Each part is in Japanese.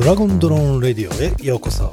ラゴンドローンレディオへようこそ。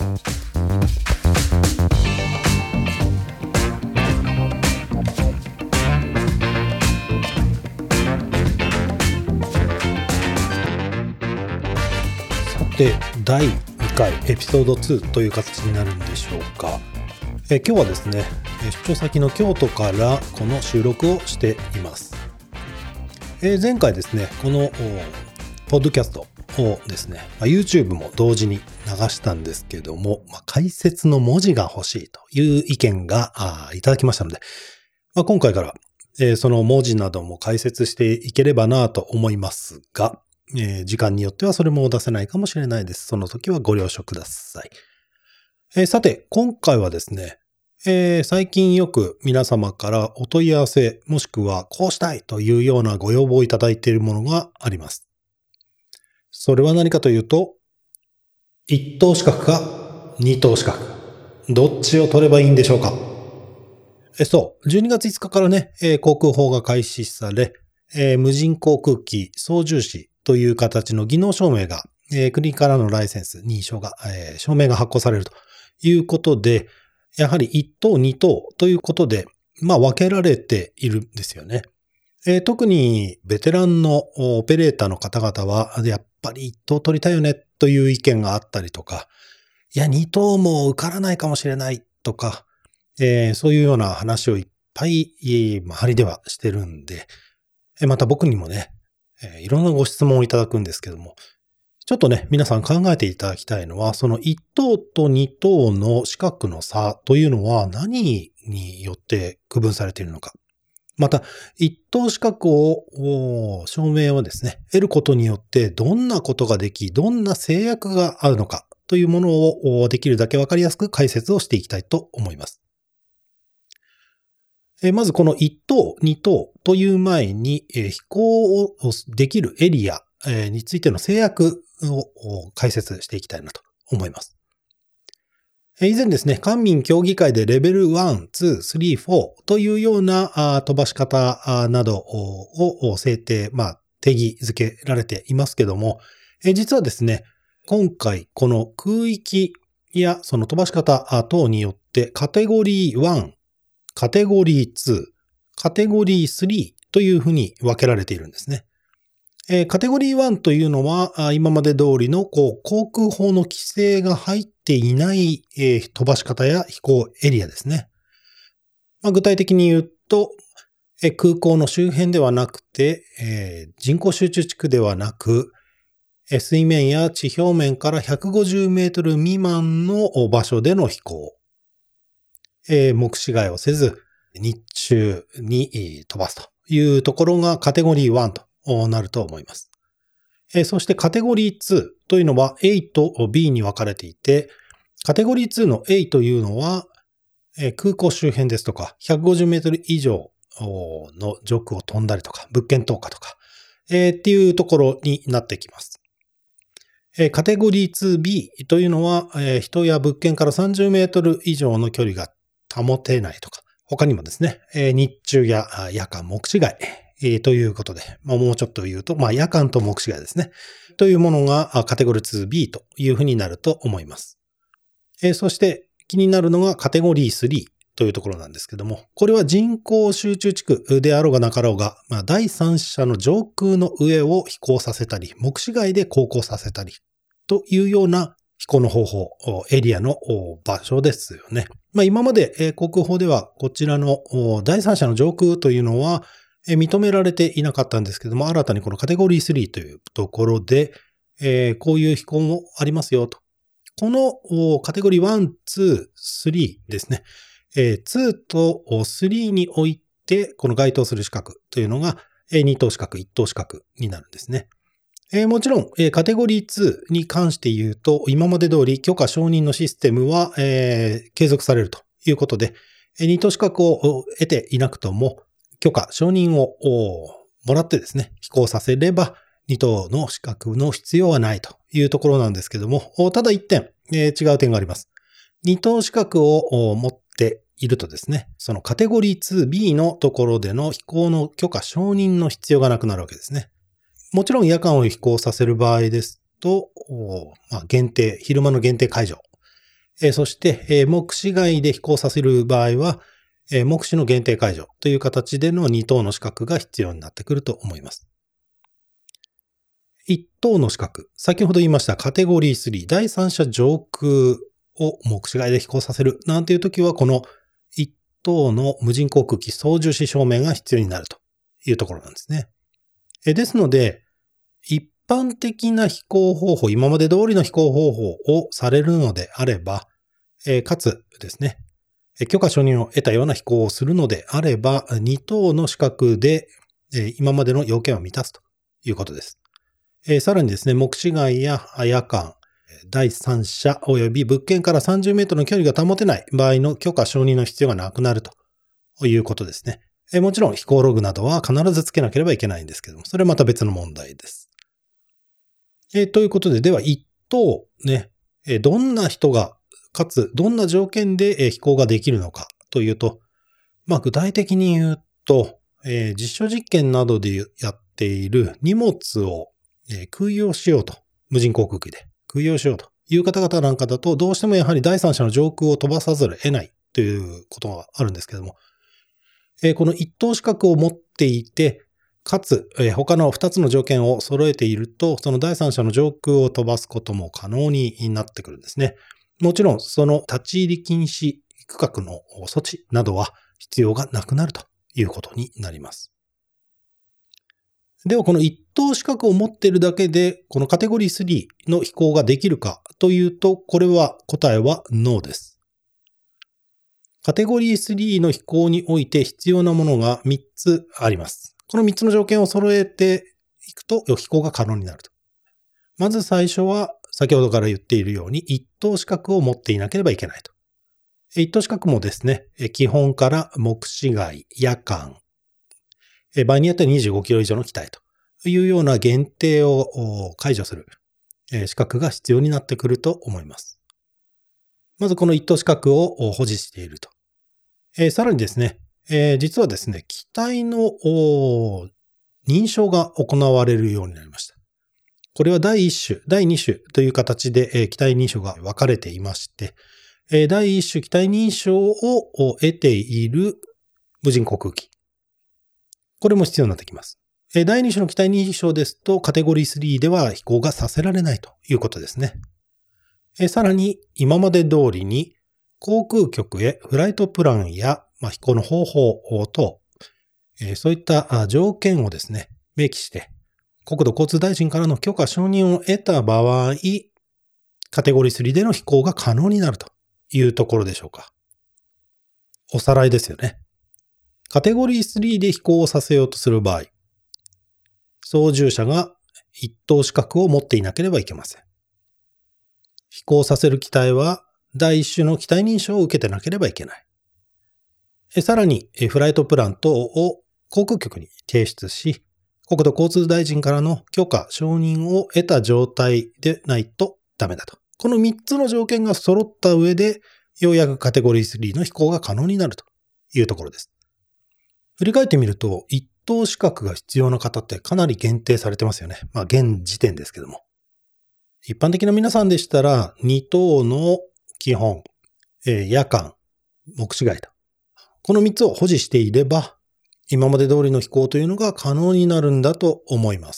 さて、第2回エピソード2という形になるんでしょうか。今日はですね、出張先の京都からこの収録をしています。前回ですね、このポッドキャストをですね、YouTube も同時に流したんですけども、解説の文字が欲しいという意見がいただきましたので、今回からその文字なども解説していければなと思いますが、時間によってはそれも出せないかもしれないです。その時はご了承ください。さて、今回はですね、最近よく皆様からお問い合わせもしくはこうしたいというようなご要望をいただいているものがあります。それは何かというと、1等資格か2等資格、どっちを取ればいいんでしょうか。そう、12月5日からね、航空法が開始され、無人航空機操縦士という形の技能証明が、国からのライセンス、認証が、証明が発行されるということで、やはり1等2等ということで、分けられているんですよね。特にベテランのオペレーターの方々は、やっぱり1等取りたいよねという意見があったりとか、いや2等も受からないかもしれないとか、そういうような話をいっぱい周りではしてるんで、また僕にもね、いろんなご質問をいただくんですけども、ちょっとね、皆さん考えていただきたいのは、その1等と2等の資格の差というのは何によって区分されているのか。また、1等資格を、証明をですね、得ることによってどんなことができ、どんな制約があるのかというものをできるだけわかりやすく解説をしていきたいと思います。まずこの1等、2等という前に、飛行をできるエリアについての制約を解説していきたいなと思います。以前ですね、官民協議会でレベル1、2、3、4というような飛ばし方などを制定、定義づけられていますけども、実はですね、今回この空域やその飛ばし方等によってカテゴリー1、カテゴリー2、カテゴリー3というふうに分けられているんですね。カテゴリー1というのは、今まで通りの航空法の規制が入っていない、飛ばし方や飛行エリアですね。具体的に言うと、空港の周辺ではなくて、人口集中地区ではなく、水面や地表面から150メートル未満の場所での飛行。目視外をせず、日中に飛ばすというところがカテゴリー1となると思います。そしてカテゴリー2というのは A と B に分かれていて、カテゴリー2の A というのは空港周辺ですとか150メートル以上の上空を飛んだりとか物件投下とかっていうところになってきます。カテゴリー 2B というのは人や物件から30メートル以上の距離が保てないとか、他にもですね、日中や夜間目視外ということで、もうちょっと言うと、夜間と目視外ですね。というものがカテゴリー 2B というふうになると思います。そして気になるのがカテゴリー3というところなんですけども、これは人口集中地区であろうがなかろうが、第三者の上空の上を飛行させたり、目視外で航行させたりというような飛行の方法、エリアの場所ですよね。今まで航空法ではこちらの第三者の上空というのは認められていなかったんですけども、新たにこのカテゴリー3というところで、こういう飛行もありますよと。このカテゴリー1、2、3ですね。2と3において、この該当する資格というのが2等資格、1等資格になるんですね。もちろん、カテゴリー2に関して言うと、今まで通り許可承認のシステムは、継続されるということで、2等資格を得ていなくとも、許可承認をもらってですね、飛行させれば、2等の資格の必要はないというところなんですけども、ただ1点、違う点があります。2等資格を持っているとですね、そのカテゴリー 2B のところでの飛行の許可承認の必要がなくなるわけですね。もちろん夜間を飛行させる場合ですと、限定、昼間の限定解除。そして、目視外で飛行させる場合は、目視の限定解除という形での2等の資格が必要になってくると思います。1等の資格、先ほど言いましたカテゴリー3、第三者上空を目視外で飛行させるなんていう時は、この1等の無人航空機操縦士証明が必要になるというところなんですね。ですので、一般的な飛行方法、今まで通りの飛行方法をされるのであれば、かつですね、許可承認を得たような飛行をするのであれば、2等の資格で今までの要件を満たすということです。さらにですね、目視外や夜間、第三者及び物件から30メートルの距離が保てない場合の許可承認の必要がなくなるということですね。もちろん飛行ログなどは必ずつけなければいけないんですけども、それはまた別の問題です。ということで、では一等ね、どんな人が、かつどんな条件で飛行ができるのかというと、具体的に言うと、実証実験などでやっている荷物を空輸をしようと、無人航空機で空輸をしようという方々なんかだと、どうしてもやはり第三者の上空を飛ばさざるを得ないということがあるんですけども、この一等資格を持っていて、かつ、他の2つの条件を揃えていると、その第三者の上空を飛ばすことも可能になってくるんですね。もちろん、その立ち入り禁止区画の措置などは必要がなくなるということになります。では、この一等資格を持っているだけで、このカテゴリー3の飛行ができるかというと、これは答えはノーです。カテゴリー3の飛行において必要なものが3つあります。この3つの条件を揃えていくと飛行が可能になると。まず最初は先ほどから言っているように一等資格を持っていなければいけないと。一等資格もですね、基本から目視外、夜間、場合によっては25キロ以上の機体というような限定を解除する資格が必要になってくると思います。まずこの一等資格を保持していると。さらにですね、実はですね、機体の認証が行われるようになりました。これは第1種、第2種という形で機体認証が分かれていまして、第1種機体認証を得ている無人航空機。これも必要になってきます。第2種の機体認証ですと、カテゴリー3では飛行がさせられないということですね。さらに、今まで通りに航空局へフライトプランや飛行の方法等、そういった条件をですね、明記して、国土交通大臣からの許可承認を得た場合、カテゴリー3での飛行が可能になるというところでしょうか。おさらいですよね。カテゴリー3で飛行をさせようとする場合、操縦者が一等資格を持っていなければいけません。飛行させる機体は第一種の機体認証を受けてなければいけない。さらに、フライトプラン等を航空局に提出し、国土交通大臣からの許可、承認を得た状態でないとダメだと。この3つの条件が揃った上で、ようやくカテゴリー3の飛行が可能になるというところです。振り返ってみると、一等資格が必要な方ってかなり限定されてますよね。現時点ですけども。一般的な皆さんでしたら、2等の基本、夜間、目視外と。この3つを保持していれば、今まで通りの飛行というのが可能になるんだと思います。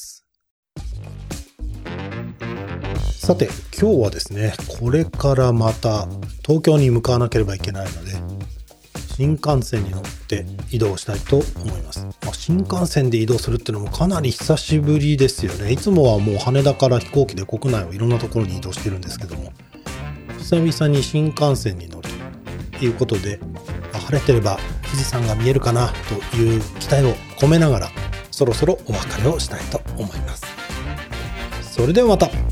さて、今日はですね、これからまた東京に向かわなければいけないので、新幹線に乗って移動したいと思います。新幹線で移動するっていうのもかなり久しぶりですよね。いつもはもう羽田から飛行機で国内をいろんなところに移動してるんですけども、久々に新幹線に乗るということで、晴れてれば富士山が見えるかなという期待を込めながら、そろそろお別れをしたいと思います。それではまた。